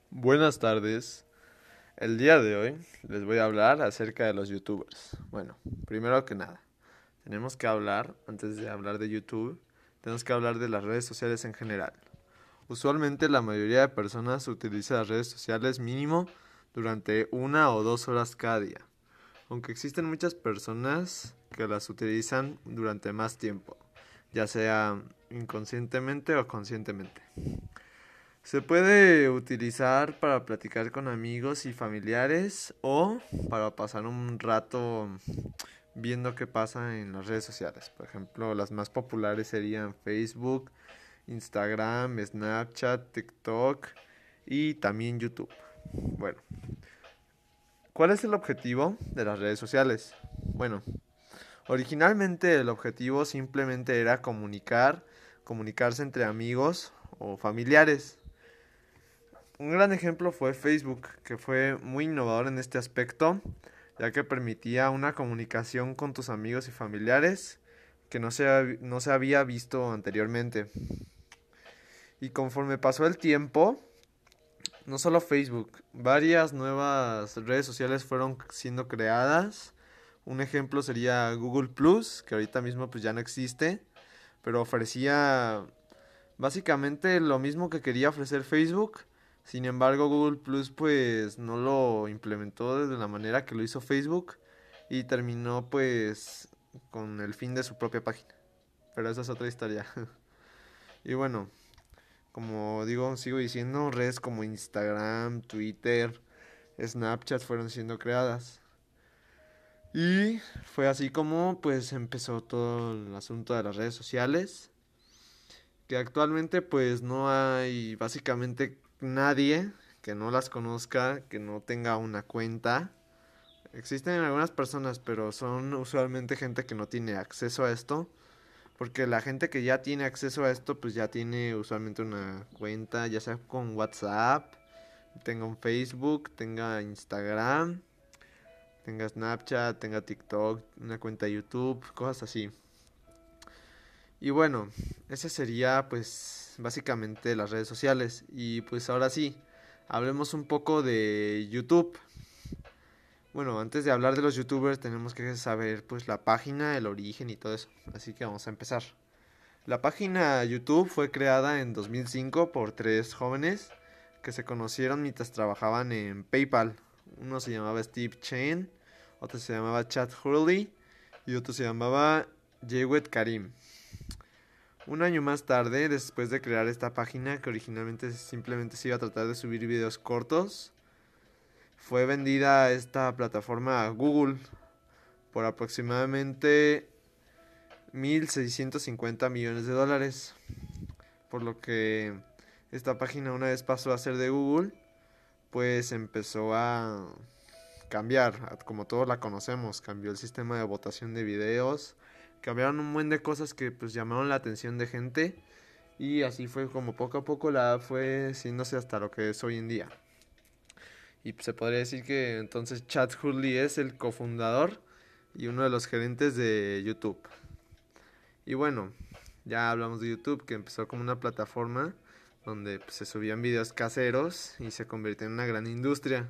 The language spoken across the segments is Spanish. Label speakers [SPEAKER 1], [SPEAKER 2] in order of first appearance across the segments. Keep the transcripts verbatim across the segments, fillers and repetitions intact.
[SPEAKER 1] Buenas tardes. El día de hoy les voy a hablar acerca de los youtubers. Bueno, primero que nada, tenemos que hablar, antes de hablar de YouTube, tenemos que hablar de las redes sociales en general. Usualmente la mayoría de personas utiliza las redes sociales mínimo durante una o dos horas cada día, aunque existen muchas personas que las utilizan durante más tiempo, ya sea inconscientemente o conscientemente. Se puede utilizar para platicar con amigos y familiares o para pasar un rato viendo qué pasa en las redes sociales. Por ejemplo, las más populares serían Facebook, Instagram, Snapchat, TikTok y también YouTube. Bueno, ¿cuál es el objetivo de las redes sociales? Bueno, originalmente el objetivo simplemente era comunicar, comunicarse entre amigos o familiares. Un gran ejemplo fue Facebook, que fue muy innovador en este aspecto, ya que permitía una comunicación con tus amigos y familiares que no se, no se había visto anteriormente. Y conforme pasó el tiempo, no solo Facebook, varias nuevas redes sociales fueron siendo creadas. Un ejemplo sería Google Plus, que ahorita mismo pues ya no existe, pero ofrecía básicamente lo mismo que quería ofrecer Facebook. Sin embargo, Google Plus pues no lo implementó de la manera que lo hizo Facebook y terminó pues con el fin de su propia página. Pero esa es otra historia. Y bueno, como digo, sigo diciendo, redes como Instagram, Twitter, Snapchat fueron siendo creadas. Y fue así como pues empezó todo el asunto de las redes sociales, que actualmente pues no hay básicamente nadie que no las conozca, que no tenga una cuenta. Existen algunas personas, pero son usualmente gente que no tiene acceso a esto, porque la gente que ya tiene acceso a esto pues ya tiene usualmente una cuenta, ya sea con WhatsApp, tenga un Facebook, tenga Instagram, tenga Snapchat, tenga TikTok, una cuenta de YouTube, cosas así. Y bueno, ese sería pues básicamente las redes sociales. Y pues ahora sí, hablemos un poco de YouTube. Bueno, antes de hablar de los youtubers tenemos que saber pues la página, el origen y todo eso. Así que vamos a empezar. La página YouTube fue creada en dos mil cinco por tres jóvenes que se conocieron mientras trabajaban en PayPal. Uno se llamaba Steve Chen, otro se llamaba Chad Hurley y otro se llamaba Jawed Karim. Un año más tarde, después de crear esta página que originalmente simplemente se iba a tratar de subir videos cortos, fue vendida esta plataforma a Google por aproximadamente mil seiscientos cincuenta millones de dólares. Por lo que esta página, una vez pasó a ser de Google, pues empezó a cambiar, como todos la conocemos. Cambió el sistema de votación de videos, cambiaron un buen de cosas que pues llamaron la atención de gente. Y así fue como poco a poco la app fue siéndose hasta lo que es hoy en día. Y se podría decir que entonces Chad Hurley es el cofundador y uno de los gerentes de YouTube. Y bueno, ya hablamos de YouTube, que empezó como una plataforma donde pues, se subían videos caseros y se convirtió en una gran industria.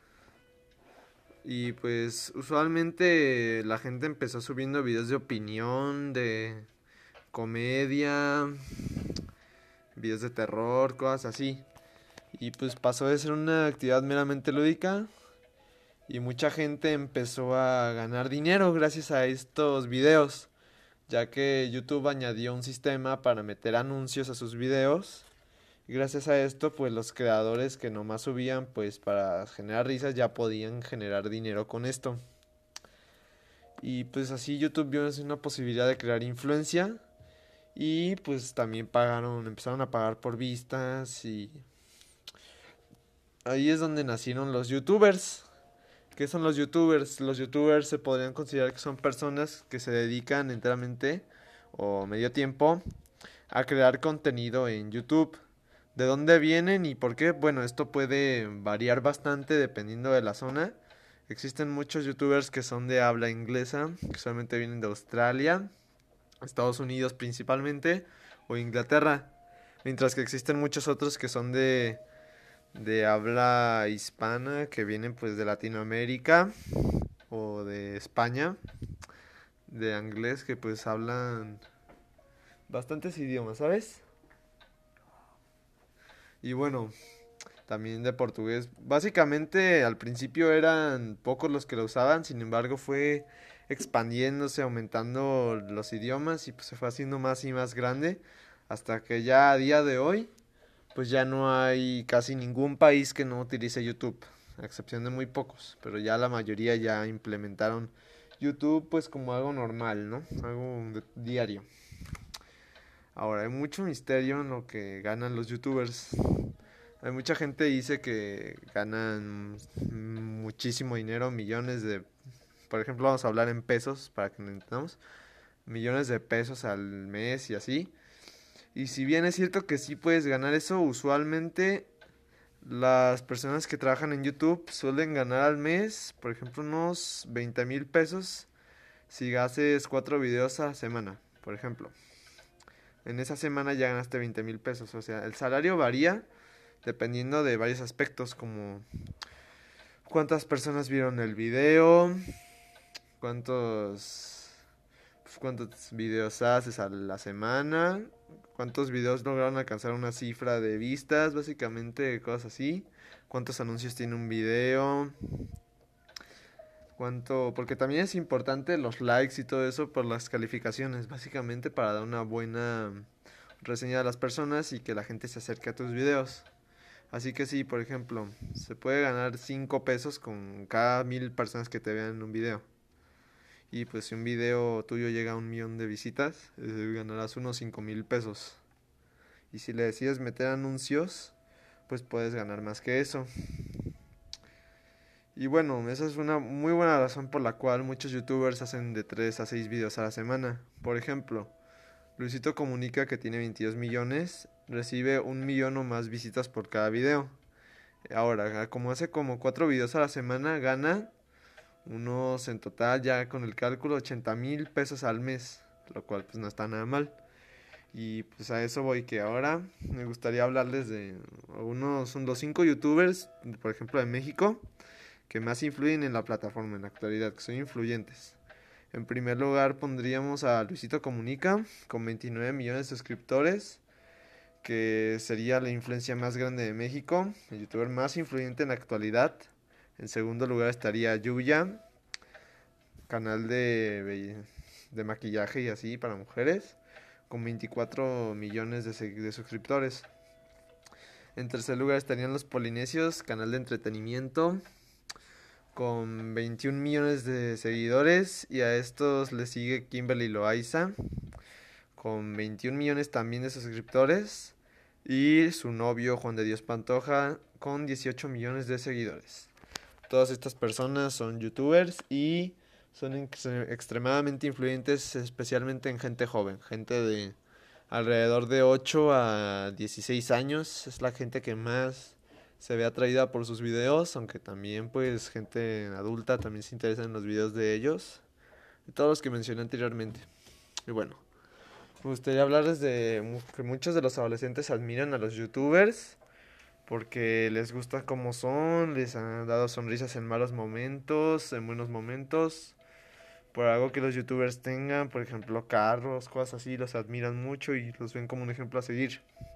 [SPEAKER 1] Y pues usualmente la gente empezó subiendo videos de opinión, de comedia, videos de terror, cosas así. Y pues pasó de ser una actividad meramente lúdica y mucha gente empezó a ganar dinero gracias a estos videos, ya que YouTube añadió un sistema para meter anuncios a sus videos. Y gracias a esto, pues los creadores que nomás subían pues para generar risas ya podían generar dinero con esto. Y pues así YouTube vio una posibilidad de crear influencia y pues también pagaron, empezaron a pagar por vistas y ahí es donde nacieron los youtubers. ¿Qué son los youtubers? Los youtubers se podrían considerar que son personas que se dedican enteramente o medio tiempo a crear contenido en YouTube. ¿De dónde vienen y por qué? Bueno, esto puede variar bastante dependiendo de la zona. Existen muchos youtubers que son de habla inglesa, que solamente vienen de Australia, Estados Unidos principalmente, o Inglaterra. Mientras que existen muchos otros que son de de habla hispana que vienen pues de Latinoamérica o de España, de inglés que pues hablan bastantes idiomas, ¿sabes? Y bueno, también de portugués. Básicamente al principio eran pocos los que lo usaban, sin embargo fue expandiéndose, aumentando los idiomas y pues se fue haciendo más y más grande hasta que ya a día de hoy pues ya no hay casi ningún país que no utilice YouTube, a excepción de muy pocos, pero ya la mayoría ya implementaron YouTube pues como algo normal, ¿no? Algo de- diario. Ahora, hay mucho misterio en lo que ganan los YouTubers. Hay mucha gente que dice que ganan muchísimo dinero, millones de, por ejemplo, vamos a hablar en pesos para que lo entendamos, millones de pesos al mes y así. Y si bien es cierto que sí puedes ganar eso, usualmente las personas que trabajan en YouTube suelen ganar al mes, por ejemplo, unos veinte mil pesos si haces cuatro videos a la semana, por ejemplo. En esa semana ya ganaste veinte mil pesos. O sea, el salario varía dependiendo de varios aspectos como cuántas personas vieron el video, cuántos pues, cuántos videos haces a la semana, cuántos videos lograron alcanzar una cifra de vistas, básicamente cosas así, cuántos anuncios tiene un video, cuánto, porque también es importante los likes y todo eso por las calificaciones, básicamente para dar una buena reseña a las personas y que la gente se acerque a tus videos. Así que sí, por ejemplo, se puede ganar cinco pesos con cada mil personas que te vean en un video. Y pues si un video tuyo llega a un millón de visitas, eh, ganarás unos cinco mil pesos. Y si le decides meter anuncios, pues puedes ganar más que eso. Y bueno, esa es una muy buena razón por la cual muchos youtubers hacen de tres a seis videos a la semana. Por ejemplo, Luisito Comunica, que tiene veintidós millones, recibe un millón o más visitas por cada video. Ahora, como hace como cuatro videos a la semana, gana unos en total, ya con el cálculo, ochenta mil pesos al mes, lo cual pues no está nada mal. Y pues a eso voy, que ahora me gustaría hablarles de unos, son los cinco youtubers, por ejemplo de México, que más influyen en la plataforma en la actualidad, que son influyentes. En primer lugar pondríamos a Luisito Comunica, con veintinueve millones de suscriptores, que sería la influencia más grande de México, el youtuber más influyente en la actualidad. En segundo lugar estaría Yuya, canal de, de maquillaje y así para mujeres, con veinticuatro millones de, de suscriptores. En tercer lugar estarían Los Polinesios, canal de entretenimiento, con veintiún millones de seguidores. Y a estos le sigue Kimberly Loaiza, con veintiún millones también de suscriptores. Y su novio Juan de Dios Pantoja, con dieciocho millones de seguidores. Todas estas personas son youtubers y son ex extremadamente influyentes, especialmente en gente joven, gente de alrededor de ocho a dieciséis años. Es la gente que más se ve atraída por sus videos, aunque también pues gente adulta también se interesa en los videos de ellos, de todos los que mencioné anteriormente. Y bueno, me gustaría hablarles de que muchos de los adolescentes admiran a los youtubers porque les gusta cómo son, les han dado sonrisas en malos momentos, en buenos momentos, por algo que los youtubers tengan, por ejemplo carros, cosas así, los admiran mucho y los ven como un ejemplo a seguir.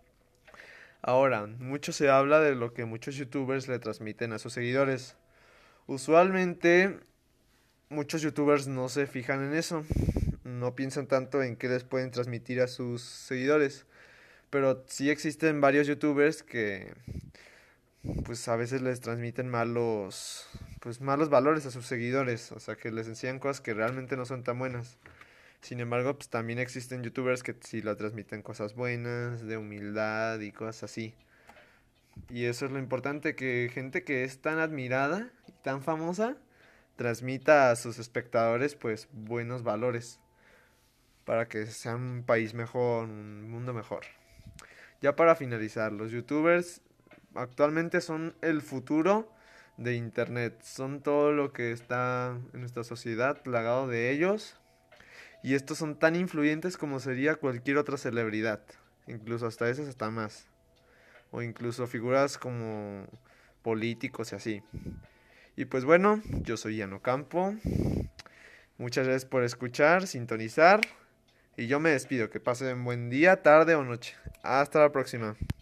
[SPEAKER 1] Ahora, mucho se habla de lo que muchos youtubers le transmiten a sus seguidores. Usualmente, muchos youtubers no se fijan en eso, no piensan tanto en qué les pueden transmitir a sus seguidores, pero sí existen varios youtubers que pues a veces les transmiten malos pues malos valores a sus seguidores, o sea que les enseñan cosas que realmente no son tan buenas. Sin embargo, pues también existen youtubers que sí la transmiten cosas buenas, de humildad y cosas así. Y eso es lo importante, que gente que es tan admirada y tan famosa transmita a sus espectadores pues buenos valores para que sea un país mejor, un mundo mejor. Ya para finalizar, los youtubers actualmente son el futuro de internet, son todo lo que está en nuestra sociedad plagado de ellos, y estos son tan influyentes como sería cualquier otra celebridad, incluso hasta esas hasta más. o incluso figuras como políticos y así. Y pues bueno, yo soy Ian Ocampo. Muchas gracias por escuchar, sintonizar. Y yo me despido. Que pasen buen día, tarde o noche. Hasta la próxima.